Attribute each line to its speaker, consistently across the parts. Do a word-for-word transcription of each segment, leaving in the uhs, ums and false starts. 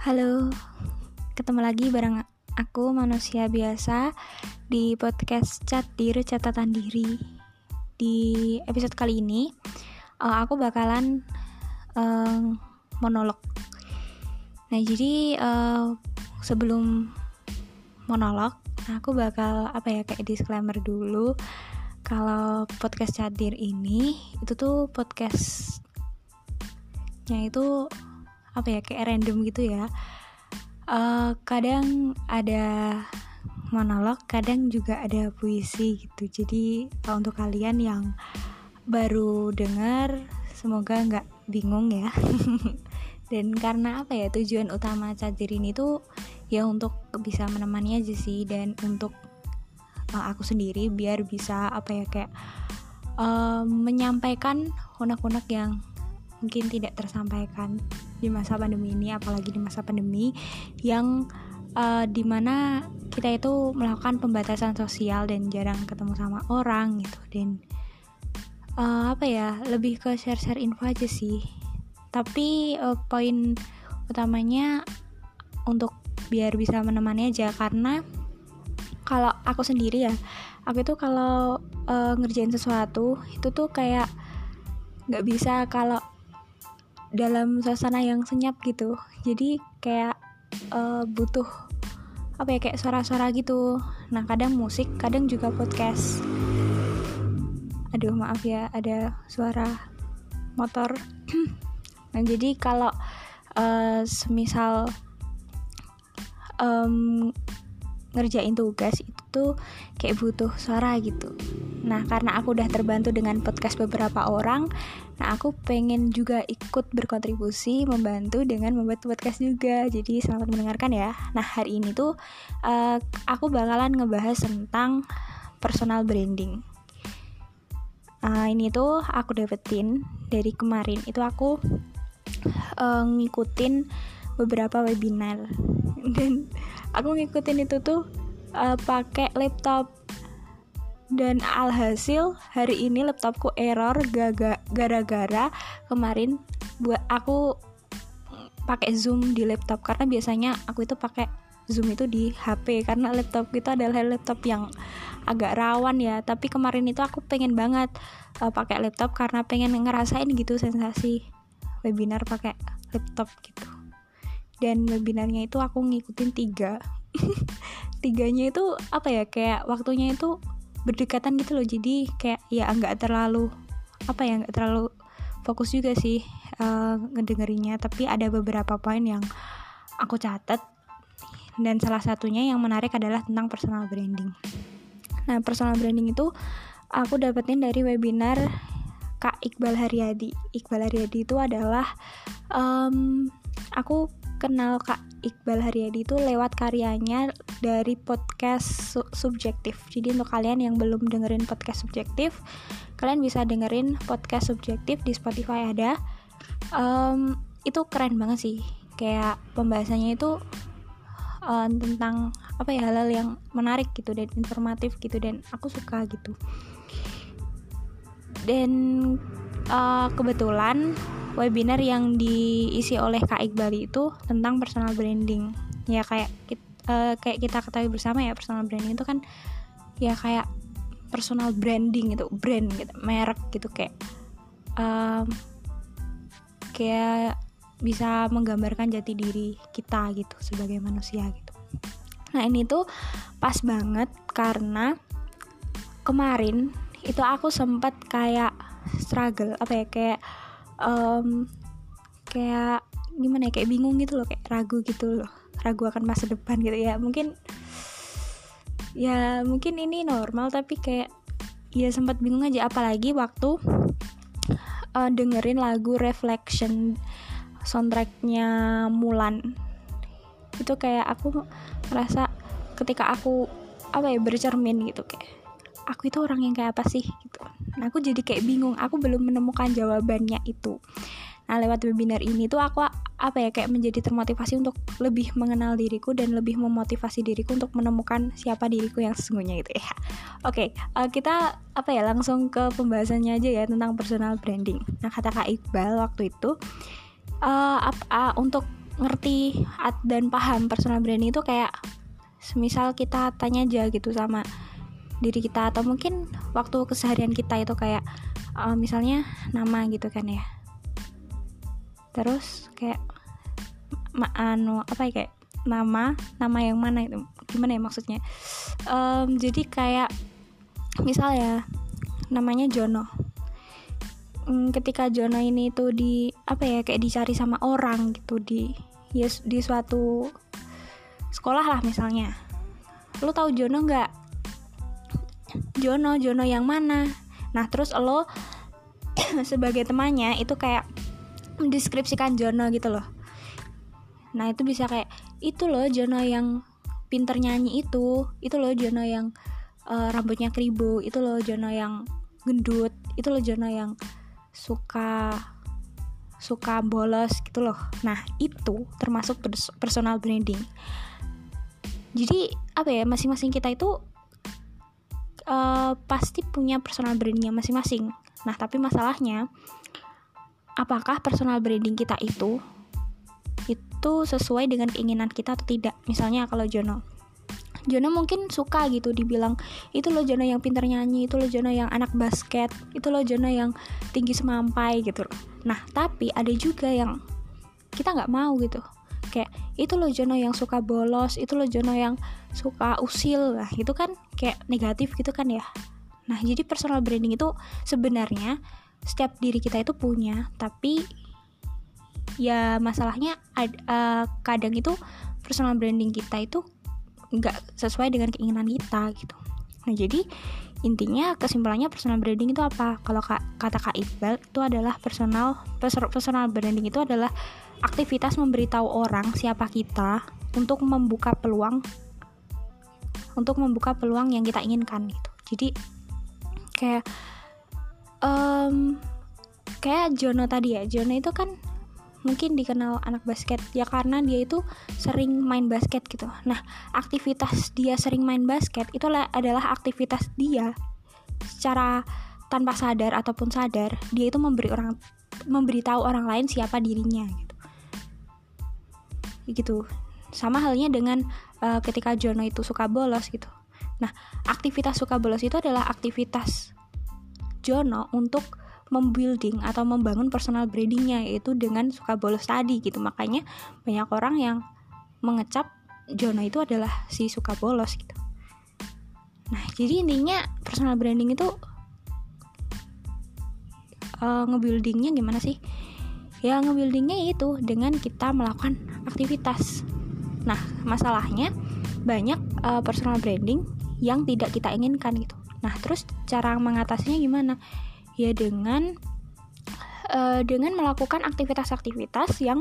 Speaker 1: Halo, ketemu lagi bareng aku manusia biasa di podcast Catir Catatan Diri. Di episode kali ini uh, aku bakalan uh, monolog. Nah jadi uh, sebelum monolog, aku bakal apa ya kayak disclaimer dulu kalau podcast Catir ini itu tuh podcastnya itu apa ya kayak random gitu ya. Uh, kadang ada monolog, kadang juga ada puisi gitu. Jadi uh, untuk kalian yang baru dengar, semoga nggak bingung ya. Dan karena apa ya tujuan utama Catir ini tuh ya untuk bisa menemani aja sih, dan untuk uh, aku sendiri biar bisa apa ya kayak uh, menyampaikan unek-unek yang mungkin tidak tersampaikan di masa pandemi ini, apalagi di masa pandemi yang uh, dimana kita itu melakukan pembatasan sosial dan jarang ketemu sama orang gitu. Dan uh, apa ya lebih ke share-share info aja sih, tapi uh, poin utamanya untuk biar bisa menemani aja. Karena kalau aku sendiri ya, aku itu kalau uh, ngerjain sesuatu itu tuh kayak nggak bisa kalau dalam suasana yang senyap gitu. Jadi kayak uh, butuh apa ya kayak suara-suara gitu. Nah kadang musik, kadang juga podcast. Aduh maaf ya ada suara motor. Nah jadi kalau uh, semisal um, ngerjain tugas itu tuh kayak butuh suara gitu. Nah karena aku udah terbantu dengan podcast beberapa orang, nah aku pengen juga ikut berkontribusi membantu dengan membuat podcast juga. Jadi selamat mendengarkan ya. Nah hari ini tuh uh, aku bakalan ngebahas tentang personal branding. Uh, ini tuh aku dapetin dari kemarin. Itu aku uh, ngikutin beberapa webinar dan aku ngikutin itu tuh uh, pakai laptop. Dan alhasil hari ini laptopku error gaga, gara-gara kemarin buat aku pakai Zoom di laptop. Karena biasanya aku itu pakai Zoom itu di H P karena laptop kita adalah laptop yang agak rawan ya. Tapi kemarin itu aku pengen banget uh, pakai laptop karena pengen ngerasain gitu sensasi webinar pakai laptop gitu. Dan webinarnya itu aku ngikutin tiga tiganya itu apa ya kayak waktunya itu berdekatan gitu loh. Jadi kayak ya nggak terlalu apa ya nggak terlalu fokus juga sih uh, ngedengerinnya. Tapi ada beberapa poin yang aku catat, dan salah satunya yang menarik adalah tentang personal branding. Nah personal branding itu aku dapetin dari webinar Kak Iqbal Haryadi. Iqbal Haryadi itu adalah um, aku kenal Kak Iqbal Haryadi itu lewat karyanya dari podcast su- subjektif. Jadi untuk kalian yang belum dengerin podcast subjektif, kalian bisa dengerin podcast subjektif di Spotify ada. Um, itu keren banget sih. Kayak pembahasannya itu um, tentang apa ya hal-hal yang menarik gitu dan informatif gitu, dan aku suka gitu. Dan uh, kebetulan webinar yang diisi oleh Kak Iqbal itu tentang personal branding. Ya kayak kita, uh, kayak kita ketahui bersama ya, personal branding itu kan ya kayak personal branding gitu, brand gitu, merek gitu, kayak um, kayak bisa menggambarkan jati diri kita gitu sebagai manusia gitu. Nah ini tuh pas banget karena kemarin itu aku sempat kayak struggle apa ya kayak Um, kayak gimana ya kayak bingung gitu loh, kayak ragu gitu loh, ragu akan masa depan gitu ya. Mungkin ya mungkin ini normal, tapi kayak ya sempat bingung aja, apalagi waktu uh, dengerin lagu Reflection soundtracknya Mulan. Itu kayak aku merasa ketika aku apa ya bercermin gitu, kayak aku itu orang yang kayak apa sih gitu. Nah aku jadi kayak bingung, aku belum menemukan jawabannya itu. Nah lewat webinar ini tuh aku apa ya kayak menjadi termotivasi untuk lebih mengenal diriku dan lebih memotivasi diriku untuk menemukan siapa diriku yang sesungguhnya gitu ya. Oke, uh, kita apa ya langsung ke pembahasannya aja ya tentang personal branding. Nah kata Kak Iqbal waktu itu uh, ap, uh, untuk ngerti dan paham personal branding itu kayak semisal kita tanya aja gitu sama diri kita, atau mungkin waktu keseharian kita itu kayak uh, misalnya nama gitu kan ya, terus kayak ma- anu apa ya kayak nama nama yang mana itu gimana ya maksudnya, um, jadi kayak misal ya namanya Jono. Hmm, ketika Jono ini tuh di apa ya kayak dicari sama orang gitu di ya, di suatu sekolah lah misalnya, lo tahu Jono nggak? Jono Jono yang mana? Nah terus lo sebagai temannya itu kayak mendeskripsikan Jono gitu loh. Nah itu bisa kayak itu loh Jono yang pinter nyanyi itu, itu loh Jono yang uh, rambutnya keribu, itu loh Jono yang gendut, itu loh Jono yang suka suka bolos gitu loh. Nah itu termasuk personal branding. Jadi apa ya, masing-masing kita itu uh, pasti punya personal brandingnya masing-masing. Nah tapi masalahnya, apakah personal branding kita itu itu sesuai dengan keinginan kita atau tidak? Misalnya kalau Jono Jono mungkin suka gitu dibilang, itu loh Jono yang pintar nyanyi, itu loh Jono yang anak basket, itu loh Jono yang tinggi semampai gitu loh. Nah tapi ada juga yang kita gak mau gitu, kayak itu loh Jono yang suka bolos, itu loh Jono yang suka usil. Nah itu kan kayak negatif gitu kan ya. Nah jadi personal branding itu sebenarnya setiap diri kita itu punya, tapi ya masalahnya ad, uh, kadang itu personal branding kita itu nggak sesuai dengan keinginan kita gitu. Nah jadi intinya kesimpulannya personal branding itu apa? Kalau kata Kak Iqbal itu adalah personal personal branding itu adalah aktivitas memberitahu orang siapa kita untuk membuka peluang untuk membuka peluang yang kita inginkan gitu. Jadi kayak um, kayak Jono tadi ya, Jono itu kan mungkin dikenal anak basket ya karena dia itu sering main basket gitu. Nah aktivitas dia sering main basket itu adalah aktivitas dia secara tanpa sadar ataupun sadar, dia itu memberi orang memberitahu orang lain siapa dirinya gitu. Gitu. Sama halnya dengan uh, ketika Jono itu suka bolos gitu. Nah aktivitas suka bolos itu adalah aktivitas Jono untuk membuilding atau membangun personal brandingnya, yaitu dengan suka bolos tadi gitu. Makanya banyak orang yang mengecap Jono itu adalah si suka bolos gitu. Nah jadi intinya personal branding itu uh, ngebuildingnya gimana sih? Ya ngebuildingnya itu dengan kita melakukan aktivitas. Nah masalahnya banyak uh, personal branding yang tidak kita inginkan gitu. Nah terus cara mengatasinya gimana? Ya dengan uh, dengan melakukan aktivitas-aktivitas yang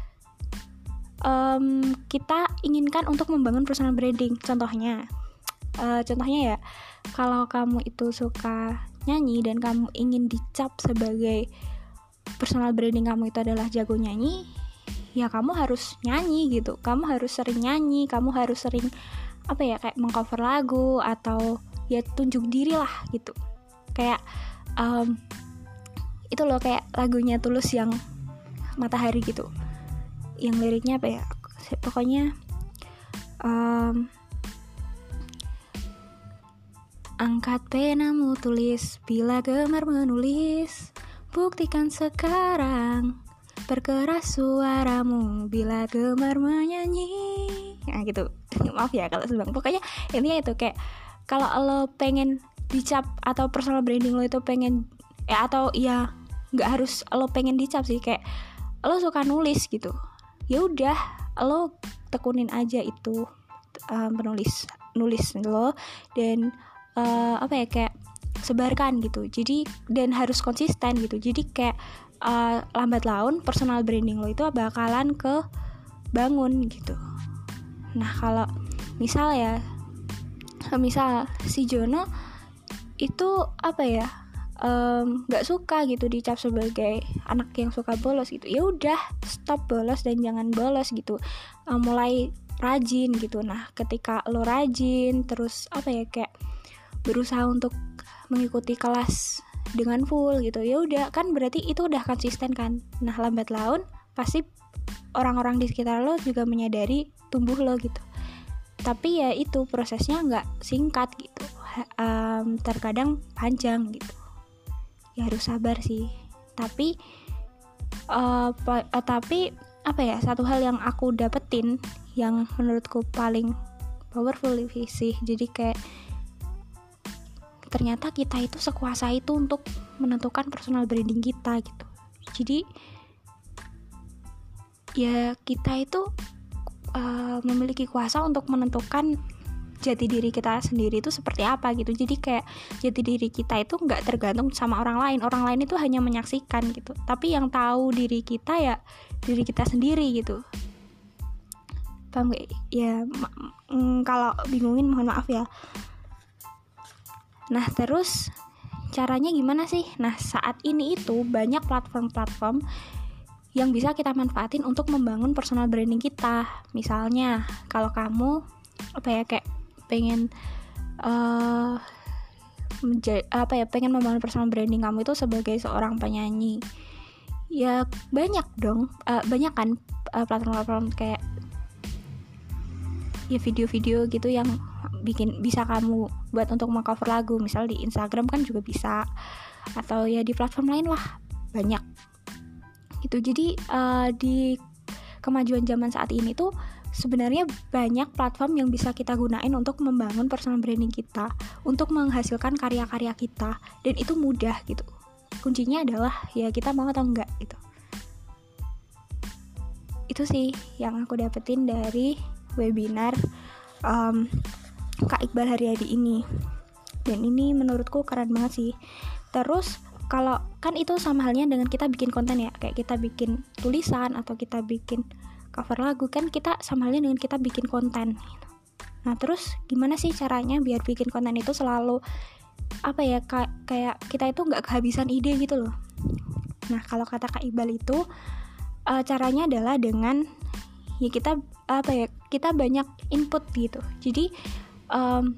Speaker 1: um, kita inginkan untuk membangun personal branding. Contohnya, uh, contohnya ya, kalau kamu itu suka nyanyi dan kamu ingin dicap sebagai personal branding kamu itu adalah jago nyanyi, ya kamu harus nyanyi gitu. Kamu harus sering nyanyi, kamu harus sering apa ya kayak mengcover lagu atau ya tunjuk diri lah gitu. Kayak Um, itu loh kayak lagunya Tulus yang Matahari gitu, yang liriknya apa ya pokoknya um, angkat penamu tulis bila gemar menulis, buktikan sekarang perkeras suaramu bila gemar menyanyi. Nah gitu. Maaf ya kalau sebang, pokoknya intinya itu kayak kalau lo pengen dicap atau personal branding lo itu pengen eh atau ya nggak harus lo pengen dicap sih, kayak lo suka nulis gitu, ya udah lo tekunin aja itu um, penulis nulis lo dan uh, apa ya kayak sebarkan gitu. Jadi dan harus konsisten gitu. Jadi kayak uh, lambat laun personal branding lo itu bakalan ke bangun gitu. Nah kalau misal ya misal si Jono itu apa ya nggak um, suka gitu dicap sebagai anak yang suka bolos gitu, ya udah stop bolos dan jangan bolos gitu, um, mulai rajin gitu. Nah ketika lo rajin terus apa ya kayak berusaha untuk mengikuti kelas dengan full gitu, ya udah kan berarti itu udah konsisten kan. Nah lambat laun pasti orang-orang di sekitar lo juga menyadari tumbuh lo gitu. Tapi ya itu prosesnya nggak singkat gitu, um, terkadang panjang gitu. Ya harus sabar sih. Tapi uh, pa- uh, tapi apa ya, satu hal yang aku dapetin yang menurutku paling powerful sih, jadi kayak ternyata kita itu sekuasa itu untuk menentukan personal branding kita gitu. Jadi ya kita itu uh, memiliki kuasa untuk menentukan jati diri kita sendiri itu seperti apa gitu. Jadi kayak jati diri kita itu nggak tergantung sama orang lain. Orang lain itu hanya menyaksikan gitu. Tapi yang tahu diri kita ya diri kita sendiri gitu. Paham gak? Ya mm, kalau bingungin mohon maaf ya. Nah terus caranya gimana sih? Nah saat ini itu banyak platform-platform yang bisa kita manfaatin untuk membangun personal branding kita. Misalnya kalau kamu apa ya kayak pengen uh, menja- apa ya pengen membangun personal branding kamu itu sebagai seorang penyanyi, ya banyak dong, uh, banyak kan uh, platform-platform kayak ya video-video gitu yang bikin bisa kamu buat untuk mengcover lagu. Misal di Instagram kan juga bisa, atau ya di platform lain lah banyak gitu. Jadi uh, di kemajuan zaman saat ini tuh sebenarnya banyak platform yang bisa kita gunain untuk membangun personal branding kita, untuk menghasilkan karya-karya kita, dan itu mudah gitu. Kuncinya adalah ya kita mau atau enggak gitu. Itu sih yang aku dapetin dari webinar um, Kak Iqbal Haryadi ini, dan ini menurutku keren banget sih. Terus kalau kan itu sama halnya dengan kita bikin konten ya, kayak kita bikin tulisan atau kita bikin cover lagu, kan kita sama halnya dengan kita bikin konten gitu. Nah terus gimana sih caranya biar bikin konten itu selalu apa ya kayak kayak kita itu nggak kehabisan ide gitu loh. Nah kalau kata Kak Iqbal itu uh, caranya adalah dengan ya kita apa ya kita banyak input gitu. Jadi um,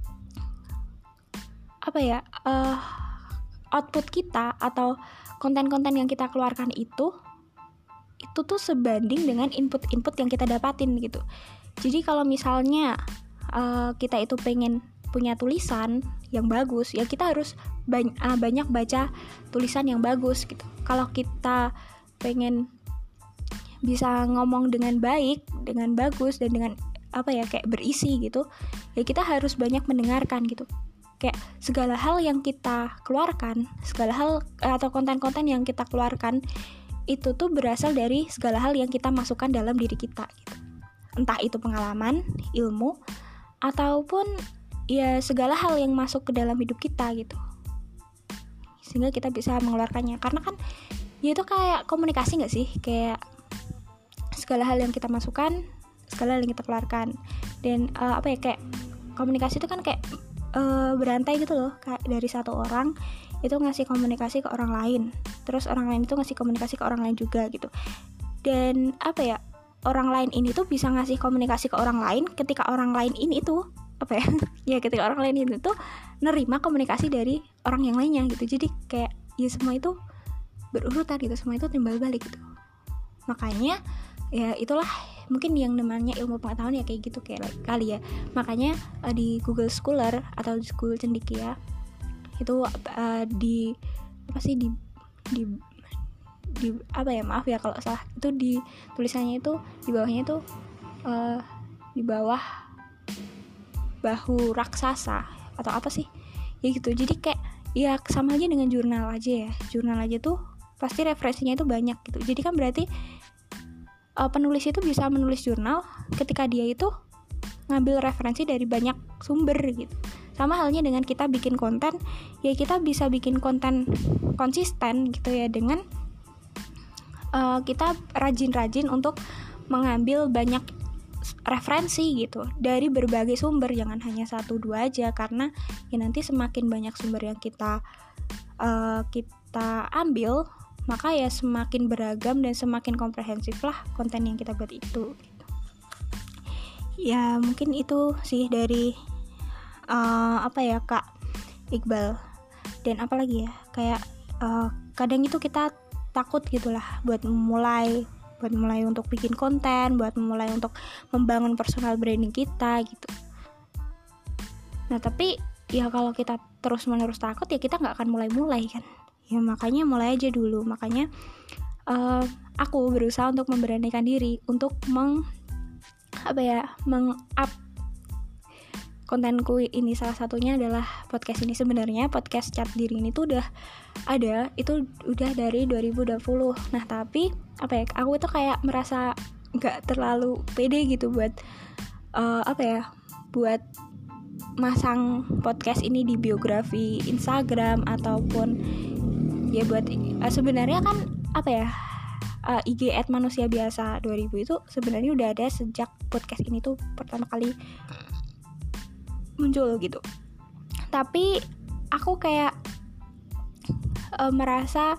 Speaker 1: apa ya uh, output kita atau konten-konten yang kita keluarkan itu itu tuh sebanding dengan input-input yang kita dapatin gitu. Jadi kalau misalnya uh, kita itu pengen punya tulisan yang bagus, ya kita harus bany- uh, banyak baca tulisan yang bagus gitu. Kalau kita pengen bisa ngomong dengan baik, dengan bagus, dan dengan apa ya kayak berisi gitu, ya kita harus banyak mendengarkan gitu. Kayak segala hal yang kita keluarkan, segala hal atau konten-konten yang kita keluarkan itu tuh berasal dari segala hal yang kita masukkan dalam diri kita gitu. Entah itu pengalaman, ilmu, ataupun ya segala hal yang masuk ke dalam hidup kita gitu, sehingga kita bisa mengeluarkannya. Karena kan ya itu kayak komunikasi gak sih, kayak segala hal yang kita masukkan, segala hal yang kita keluarkan. Dan uh, apa ya kayak komunikasi itu kan kayak uh, berantai gitu loh, kayak dari satu orang itu ngasih komunikasi ke orang lain, terus orang lain itu ngasih komunikasi ke orang lain juga gitu. Dan apa ya orang lain ini tuh bisa ngasih komunikasi ke orang lain ketika orang lain ini tuh apa ya ya ketika orang lain itu tuh nerima komunikasi dari orang yang lainnya gitu. Jadi kayak ya semua itu berurutan gitu, semua itu timbal balik gitu. Makanya ya itulah mungkin yang namanya ilmu pengetahuan ya kayak gitu kayak kali ya. Makanya uh, di Google Scholar atau Google Cendekia itu uh, di apa sih di di di apa ya maaf ya kalau salah, itu di tulisannya itu di bawahnya itu uh, di bawah bahu raksasa atau apa sih ya gitu. Jadi kayak ya sama aja dengan jurnal aja ya, jurnal aja tuh pasti referensinya itu banyak gitu. Jadi kan berarti uh, penulis itu bisa menulis jurnal ketika dia itu ngambil referensi dari banyak sumber gitu. Sama halnya dengan kita bikin konten, ya kita bisa bikin konten konsisten gitu ya dengan uh, kita rajin-rajin untuk mengambil banyak referensi gitu dari berbagai sumber, jangan hanya satu dua aja. Karena ya nanti semakin banyak sumber yang kita uh, kita ambil, maka ya semakin beragam dan semakin komprehensif lah konten yang kita buat itu gitu. Ya mungkin itu sih dari Uh, apa ya Kak Iqbal. Dan apalagi ya kayak uh, kadang itu kita takut gitulah buat mulai buat mulai untuk bikin konten, buat mulai untuk membangun personal branding kita gitu. Nah tapi ya kalau kita terus menerus takut ya kita nggak akan mulai-mulai kan. Ya makanya mulai aja dulu. Makanya uh, aku berusaha untuk memberanikan diri untuk meng apa ya meng-up kontenku ini. Salah satunya adalah podcast ini. Sebenarnya podcast Cat Diri ini tuh udah ada, itu udah dari dua ribu dua puluh. Nah tapi apa ya, aku itu kayak merasa nggak terlalu pede gitu buat uh, apa ya buat masang podcast ini di biografi Instagram ataupun ya buat uh, sebenarnya kan apa ya uh, I G at manusia biasa dua ribu itu sebenarnya udah ada sejak podcast ini tuh pertama kali muncul gitu. Tapi aku kayak uh, merasa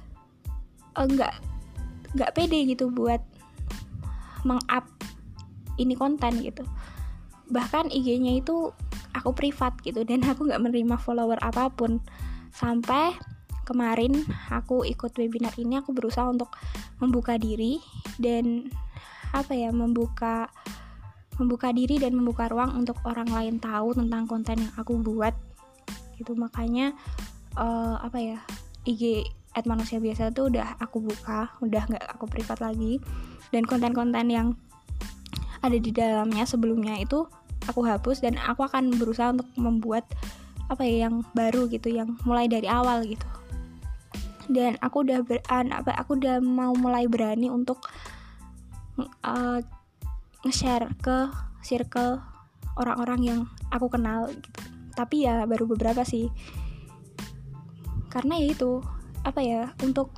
Speaker 1: enggak uh, enggak pede gitu buat meng-up ini konten gitu. Bahkan I G-nya itu aku privat gitu dan aku enggak menerima follower apapun. Sampai kemarin aku ikut webinar ini, aku berusaha untuk membuka diri dan apa ya membuka membuka diri dan membuka ruang untuk orang lain tahu tentang konten yang aku buat gitu. Makanya uh, apa ya I G at manusia biasa tuh udah aku buka, udah nggak aku privat lagi, dan konten-konten yang ada di dalamnya sebelumnya itu aku hapus dan aku akan berusaha untuk membuat apa ya yang baru gitu, yang mulai dari awal gitu. Dan aku udah ber, apa aku udah mau mulai berani untuk uh, nge-share ke circle orang-orang yang aku kenal gitu. Tapi ya baru beberapa sih. Karena ya itu apa ya untuk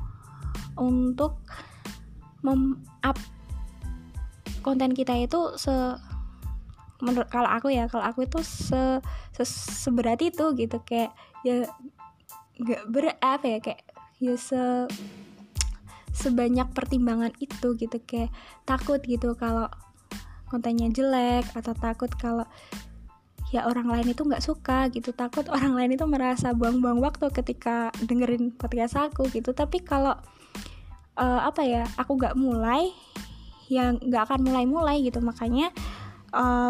Speaker 1: untuk mem-up konten kita itu se menurut kalau aku ya kalau aku itu se, se seberat itu gitu, kayak ya nggak berat apa ya kayak ya se sebanyak pertimbangan itu gitu, kayak takut gitu kalau kontennya jelek, atau takut kalau ya orang lain itu nggak suka gitu, takut orang lain itu merasa buang-buang waktu ketika dengerin podcast aku gitu. Tapi kalau uh, apa ya aku nggak mulai ya nggak akan mulai-mulai gitu. Makanya uh,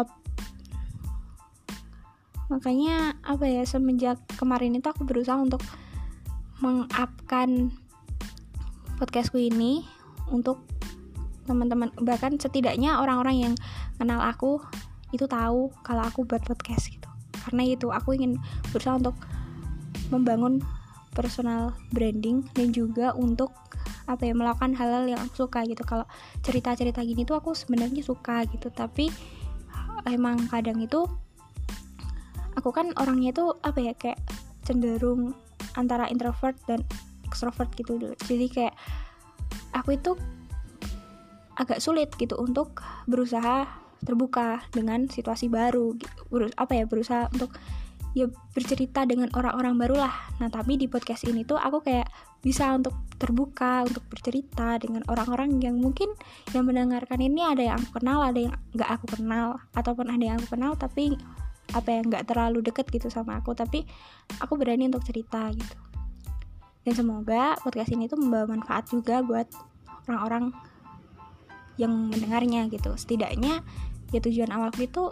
Speaker 1: makanya apa ya semenjak kemarin itu aku berusaha untuk meng-upkan podcastku ini untuk teman-teman, bahkan setidaknya orang-orang yang kenal aku itu tahu kalau aku buat podcast gitu. Karena itu aku ingin berusaha untuk membangun personal branding dan juga untuk apa ya melakukan hal-hal yang aku suka gitu. Kalau cerita-cerita gini tuh aku sebenarnya suka gitu, tapi emang kadang itu aku kan orangnya itu apa ya kayak cenderung antara introvert dan extrovert gitu dulu. Jadi kayak aku itu agak sulit gitu untuk berusaha terbuka dengan situasi baru gitu. Berus- apa ya berusaha untuk ya bercerita dengan orang-orang baru lah. Nah tapi di podcast ini tuh aku kayak bisa untuk terbuka untuk bercerita dengan orang-orang yang mungkin yang mendengarkan ini ada yang aku kenal, ada yang nggak aku kenal, ataupun ada yang aku kenal tapi apa ya nggak terlalu deket gitu sama aku, tapi aku berani untuk cerita gitu. Dan semoga podcast ini tuh membawa manfaat juga buat orang-orang yang mendengarnya gitu. Setidaknya ya tujuan awalku itu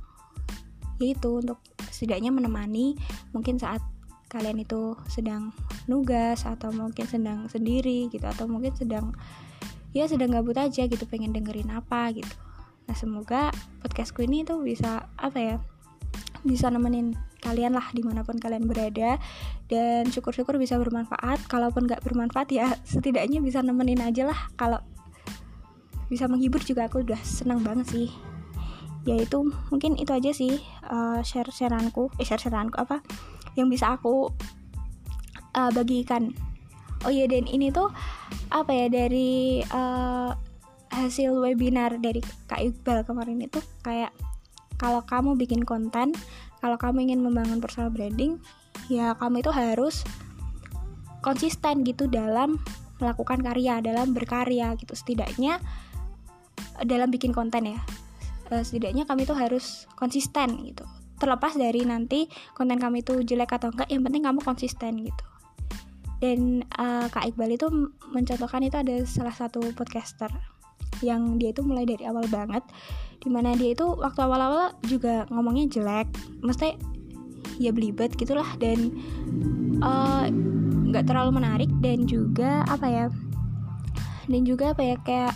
Speaker 1: yaitu untuk setidaknya menemani mungkin saat kalian itu sedang nugas atau mungkin sedang sendiri gitu, atau mungkin sedang ya sedang gabut aja gitu pengen dengerin apa gitu. Nah semoga podcastku ini tuh bisa apa ya bisa nemenin kalian lah dimanapun kalian berada, dan syukur-syukur bisa bermanfaat. Kalaupun gak bermanfaat ya setidaknya bisa nemenin aja lah. Kalau bisa menghibur juga aku udah senang banget sih. Ya itu mungkin itu aja sih uh, share-shareanku eh share-shareanku apa yang bisa aku uh, bagikan. Oh iya, dan ini tuh apa ya dari uh, hasil webinar dari Kak Iqbal kemarin itu kayak kalau kamu bikin konten, kalau kamu ingin membangun personal branding, ya kamu itu harus konsisten gitu dalam melakukan karya, dalam berkarya gitu. Setidaknya dalam bikin konten ya, setidaknya kami itu harus konsisten gitu. Terlepas dari nanti konten kami itu jelek atau enggak, yang penting kamu konsisten gitu. Dan uh, Kak Iqbal itu mencontohkan itu ada salah satu podcaster yang dia itu mulai dari awal banget, dimana dia itu waktu awal-awal juga ngomongnya jelek, mesti ya belibet gitulah, dan nggak uh, terlalu menarik, dan juga apa ya dan juga apa ya kayak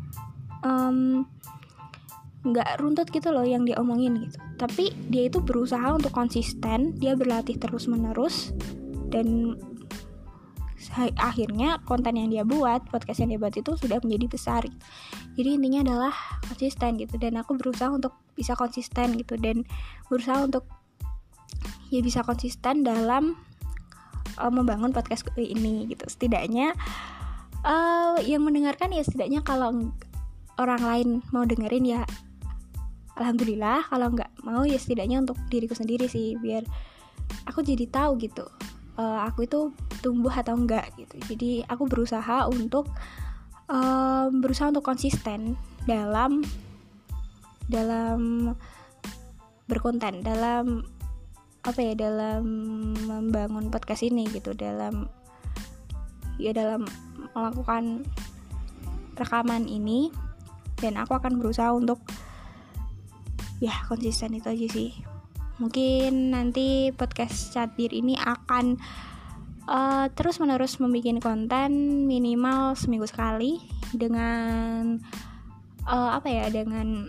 Speaker 1: nggak um, runtut gitu loh yang dia omongin gitu. Tapi dia itu berusaha untuk konsisten, dia berlatih terus menerus, dan akhirnya konten yang dia buat, podcast yang dia buat itu sudah menjadi besar gitu. Jadi intinya adalah konsisten gitu, dan aku berusaha untuk bisa konsisten gitu, dan berusaha untuk ya bisa konsisten dalam uh, membangun podcast ini gitu. Setidaknya uh, yang mendengarkan ya setidaknya kalau orang lain mau dengerin ya alhamdulillah, kalau nggak mau ya setidaknya untuk diriku sendiri sih, biar aku jadi tahu gitu uh, aku itu tumbuh atau enggak gitu. Jadi aku berusaha untuk uh, berusaha untuk konsisten dalam dalam berkonten, dalam apa ya dalam membangun podcast ini gitu, dalam ya dalam melakukan rekaman ini, dan aku akan berusaha untuk ya konsisten. Itu aja sih. Mungkin nanti podcast Catir ini akan uh, terus menerus membuat konten minimal seminggu sekali, dengan uh, apa ya dengan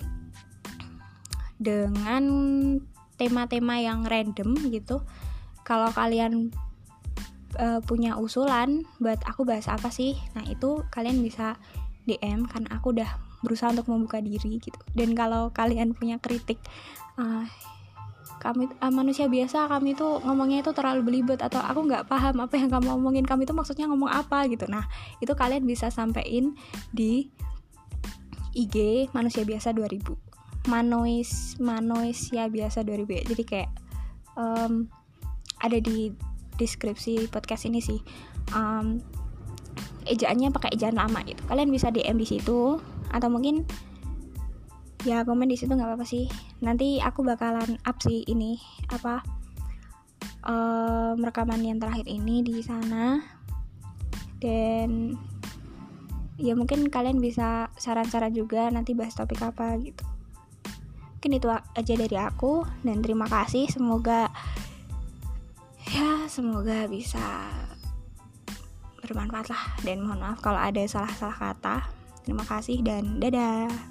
Speaker 1: dengan tema-tema yang random gitu. Kalau kalian uh, punya usulan buat aku bahas apa sih, nah itu kalian bisa D M, karena aku udah berusaha untuk membuka diri gitu. Dan kalau kalian punya kritik, uh, kami uh, manusia biasa, kami tuh ngomongnya itu terlalu belibet, atau aku nggak paham apa yang kamu omongin, kami tuh maksudnya ngomong apa gitu, nah itu kalian bisa sampein di I G manusia biasa dua ribu, Manois manusia biasa dua ribu ya. Jadi kayak um, ada di deskripsi podcast ini sih, um, ejaannya pakai ejaan lama gitu. Kalian bisa D M di situ, atau mungkin ya komen di situ, nggak apa-apa sih. Nanti aku bakalan up sih ini apa um, rekaman yang terakhir ini di sana, dan ya mungkin kalian bisa saran-saran juga nanti bahas topik apa gitu. Mungkin itu aja dari aku, dan terima kasih. Semoga ya semoga bisa bermanfaat lah, dan mohon maaf kalau ada salah-salah kata. Terima kasih dan dadah.